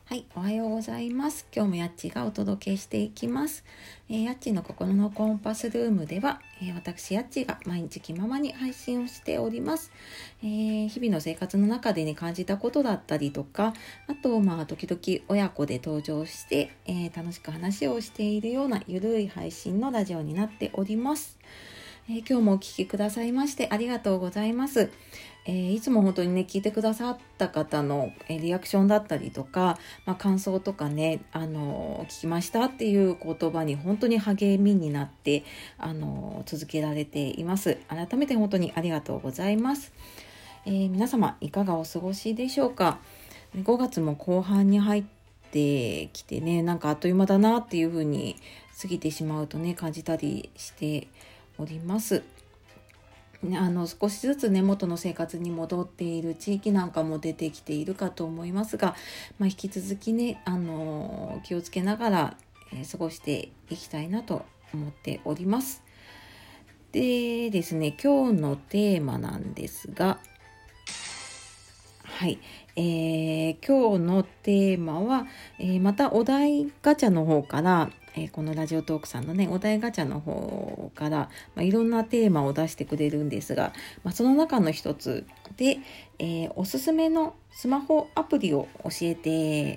はい、おはようございます。今日もやっちがお届けしていきます。やっちの心のコンパスルームでは、私やっちが毎日気ままに配信をしております。日々の生活の中でね感じたことだったりとか、あと時々親子で登場して、楽しく話をしているようなゆるい配信のラジオになっております。今日もお聞きくださいましてありがとうございます。いつも本当にね聞いてくださった方の、リアクションだったりとか、感想とかね聞きましたっていう言葉に本当に励みになって続けられています。改めて本当にありがとうございます。皆様いかがお過ごしでしょうか。5月も後半に入ってきてね、なんかあっという間だなっていう風に過ぎてしまうとね感じたりしております。少しずつね元の生活に戻っている地域なんかも出てきているかと思いますが、引き続きね気をつけながら、過ごしていきたいなと思っております。でですね、今日のテーマなんですが、はい、今日のテーマは、またお題ガチャの方から、このラジオトークさんのねお題ガチャの方から、いろんなテーマを出してくれるんですが、その中の一つで、おすすめのスマホアプリを教えて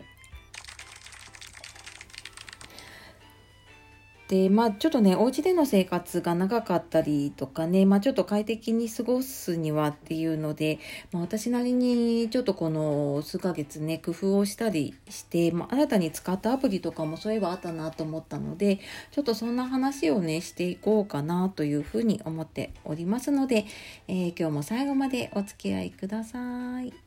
で、ちょっとね、お家での生活が長かったりとかね、ちょっと快適に過ごすにはっていうので、私なりにちょっとこの数ヶ月ね、工夫をしたりして、新たに使ったアプリとかもそういえばあったなと思ったので、ちょっとそんな話をね、していこうかなというふうに思っておりますので、今日も最後までお付き合いください。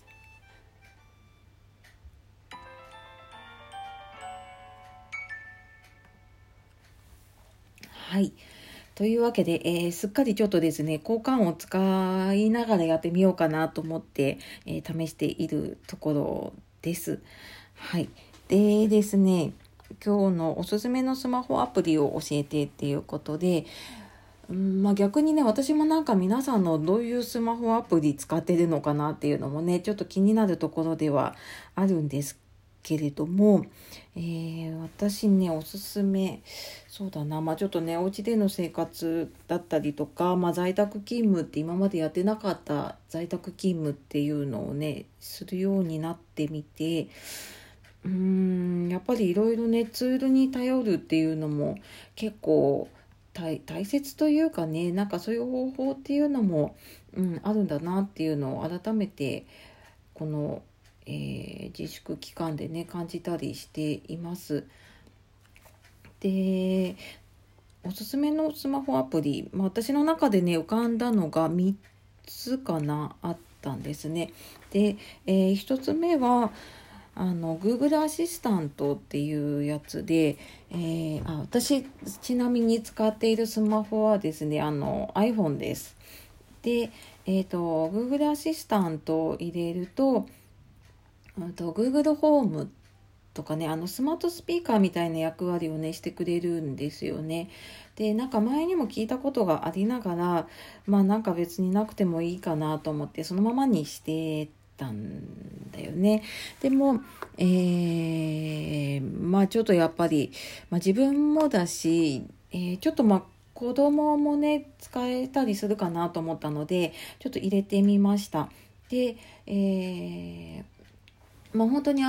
はい。というわけで、すっかりちょっとですね、交換を使いながらやってみようかなと思って、試しているところです。はい。でですね、今日のおすすめのスマホアプリを教えてっていうことで、逆にね、私もなんか皆さんのどういうスマホアプリ使ってるのかなっていうのもね、ちょっと気になるところではあるんですけれども、私ねおすすめそうだな、ちょっとねお家での生活だったりとか、在宅勤務って今までやってなかった在宅勤務っていうのをねするようになってみて、やっぱりいろいろねツールに頼るっていうのも結構大切というかね、なんかそういう方法っていうのも、あるんだなっていうのを改めてこの、自粛期間でね感じたりしています。で、おすすめのスマホアプリ、私の中でね浮かんだのが3つかなあったんですね。で、1つ目はGoogle アシスタントっていうやつで、私ちなみに使っているスマホはですねiPhone です。で、Google アシスタントを入れると、Google ホームとかね、スマートスピーカーみたいな役割をねしてくれるんですよね。で、なんか前にも聞いたことがありながら、なんか別になくてもいいかなと思ってそのままにしてたんだよね。でも、ちょっとやっぱり、自分もだし、ちょっと子供もね使えたりするかなと思ったのでちょっと入れてみました。で、本当に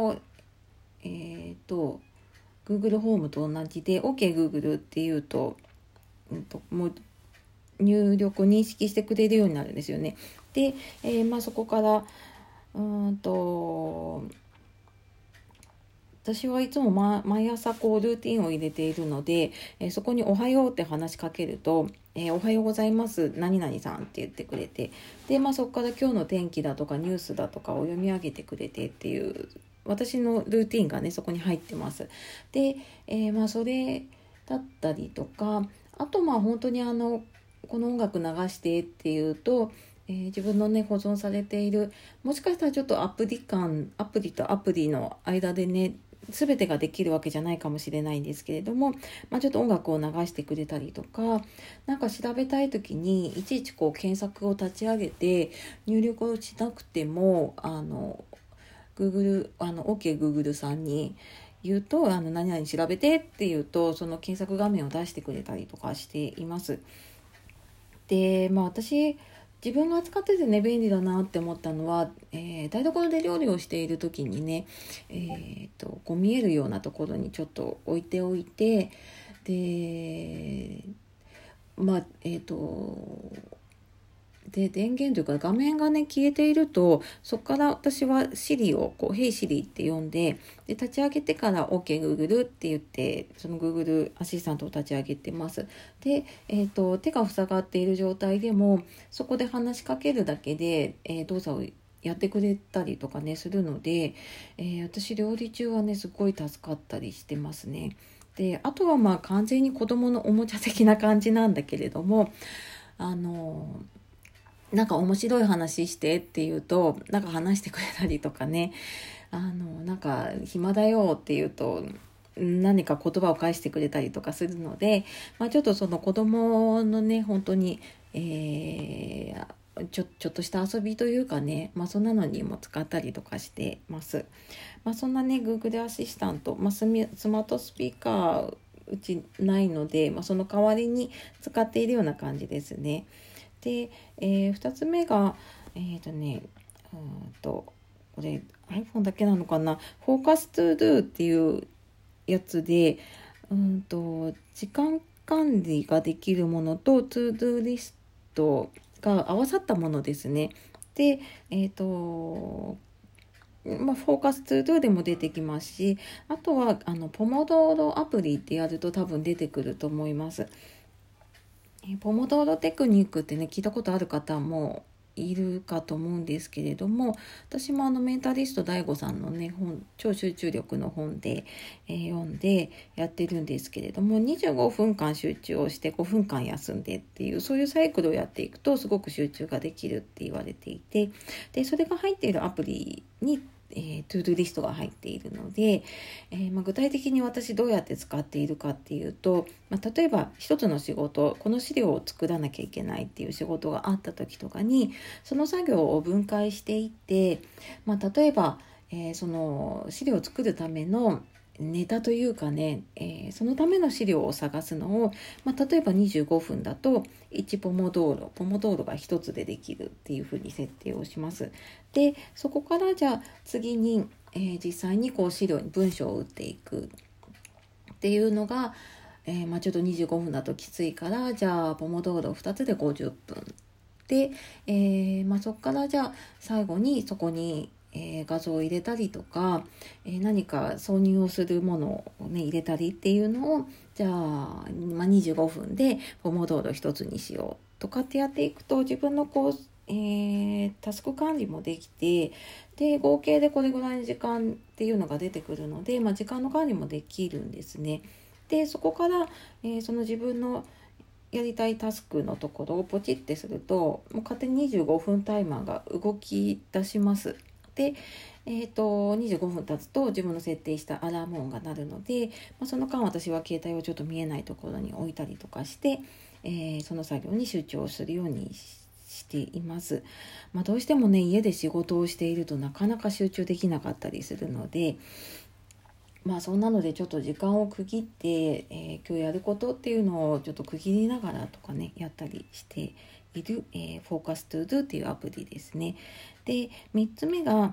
Google ホームと同じで OK Google っていうと、もう入力認識してくれるようになるんですよね。で、そこから私はいつも、毎朝こうルーティンを入れているので、そこにおはようって話しかけると、おはようございます何々さんって言ってくれて、で、そこから今日の天気だとかニュースだとかを読み上げてくれてっていう私のルーティンがねそこに入ってます。で、それだったりとか、あと本当にこの音楽流してっていうと、自分のね保存されている、もしかしたらちょっとアプリとアプリの間でね全てができるわけじゃないかもしれないんですけれども、ちょっと音楽を流してくれたりとか、なんか調べたい時にいちいちこう検索を立ち上げて入力をしなくても Google OK Google さんに言うと何々調べてって言うとその検索画面を出してくれたりとかしています。で、私自分が使っててね便利だなって思ったのは、台所で料理をしている時にね、こう見えるようなところにちょっと置いておいて、でで電源というか画面がね消えていると、そこから私は Siri をこう Hey Siri って呼んで、立ち上げてから OK Google って言ってその Google アシスタントを立ち上げてます。で、手が塞がっている状態でもそこで話しかけるだけで、動作をやってくれたりとかねするので、私料理中はねすごい助かったりしてますね。で、あとは完全に子供のおもちゃ的な感じなんだけれども、なんか面白い話してって言うとなんか話してくれたりとかね、なんか暇だよって言うと何か言葉を返してくれたりとかするので、ちょっとその子供のね本当に、ちょっとした遊びというかね、そんなのにも使ったりとかしてます。そんなね Google アシスタント、スマートスピーカーうちないので、その代わりに使っているような感じですね。で、2つ目がこれ iPhone だけなのかな、Focus to Do っていうやつで、時間管理ができるものと To Do リストが合わさったものですね。で、Focus to Do でも出てきますし、あとはポモドーロアプリってやると多分出てくると思います。ポモドーロテクニックってね聞いたことある方もいるかと思うんですけれども、私もメンタリスト DAIGO さんのね本、超集中力の本で、読んでやってるんですけれども、25分間集中をして5分間休んでっていう、そういうサイクルをやっていくとすごく集中ができるって言われていて、でそれが入っているアプリにトゥードゥリストが入っているので、具体的に私どうやって使っているかっていうと、例えば一つの仕事、この資料を作らなきゃいけないっていう仕事があった時とかにその作業を分解していって、例えば、その資料を作るためのネタというかね、そのための資料を探すのを、例えば25分だと1ポモドーロが1つでできるっていうふうに設定をします。でそこからじゃあ次に、実際にこう資料に文章を打っていくっていうのが、ちょっと25分だときついから、じゃあポモドーロ2つで50分で、そこからじゃあ最後にそこに画像を入れたりとか、何か挿入をするものを、入れたりっていうのをじゃあ、25分でポモドーロ一つにしようとかってやっていくと、自分のこう、タスク管理もできて、で合計でこれぐらいの時間っていうのが出てくるので、時間の管理もできるんですね。でそこから、その自分のやりたいタスクのところをポチってすると、もう勝手に25分タイマーが動き出します。で、25分経つと自分の設定したアラーム音が鳴るので、その間私は携帯をちょっと見えないところに置いたりとかして、その作業に集中をするようにしています。どうしてもね家で仕事をしているとなかなか集中できなかったりするので、そんなのでちょっと時間を区切って、今日やることっていうのをちょっと区切りながらとかねやったりしている、Focus to Do っていうアプリですね。で3つ目が、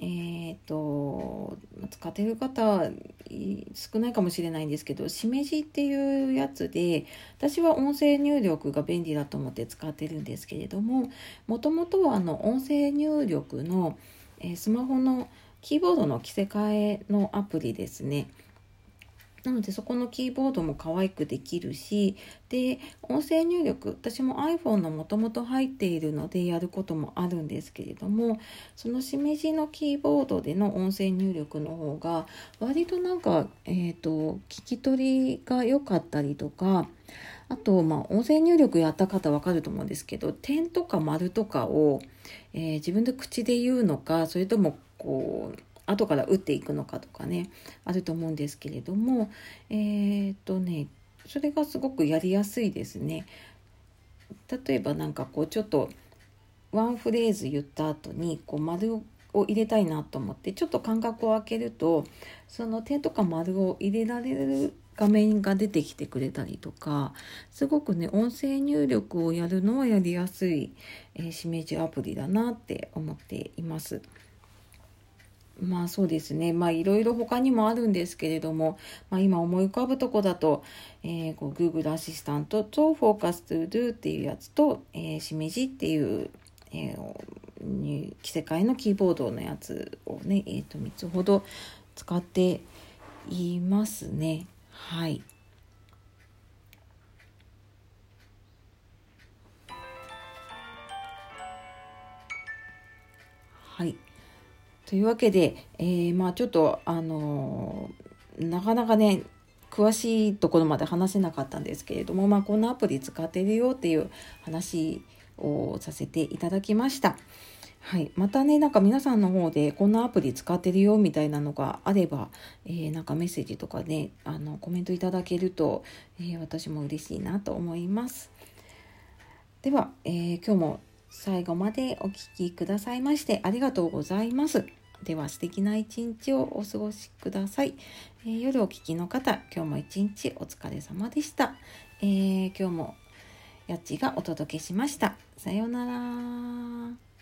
使っている方は少ないかもしれないんですけど、しめじっていうやつで、私は音声入力が便利だと思って使ってるんですけれども、もともとは音声入力の、スマホのキーボードの着せ替えのアプリですね。なのでそこのキーボードも可愛くできるし、で音声入力、私も iPhone のもともと入っているのでやることもあるんですけれども、そのしめじのキーボードでの音声入力の方が割となんか、聞き取りが良かったりとか、あと音声入力やった方わかると思うんですけど、点とか丸とかを、自分で口で言うのか、それともこう後から打っていくのかとかねあると思うんですけれども、それがすごくやりやすいですね。例えばなんかこうちょっとワンフレーズ言った後にこう丸を入れたいなと思ってちょっと間隔を空けると、その点とか丸を入れられる画面が出てきてくれたりとか、すごくね音声入力をやるのはやりやすい、しめじアプリだなって思っています。そうですね。いろいろ他にもあるんですけれども、今思い浮かぶとこだと、Google アシスタントと Focus to Do っていうやつと、しめじっていう、着せ替えのキーボードのやつをね、3つほど使っていますね。はい。はい。というわけで、ちょっとなかなかね詳しいところまで話せなかったんですけれども、こんなアプリ使ってるよっていう話をさせていただきました。はい、またねなんか皆さんの方でこんなアプリ使ってるよみたいなのがあれば、なんかメッセージとかねコメントいただけると、私も嬉しいなと思います。では、今日も最後までお聞きくださいましてありがとうございます。では素敵な一日をお過ごしください。夜お聞きの方、今日も一日お疲れ様でした。今日もやっちがお届けしました。さようなら。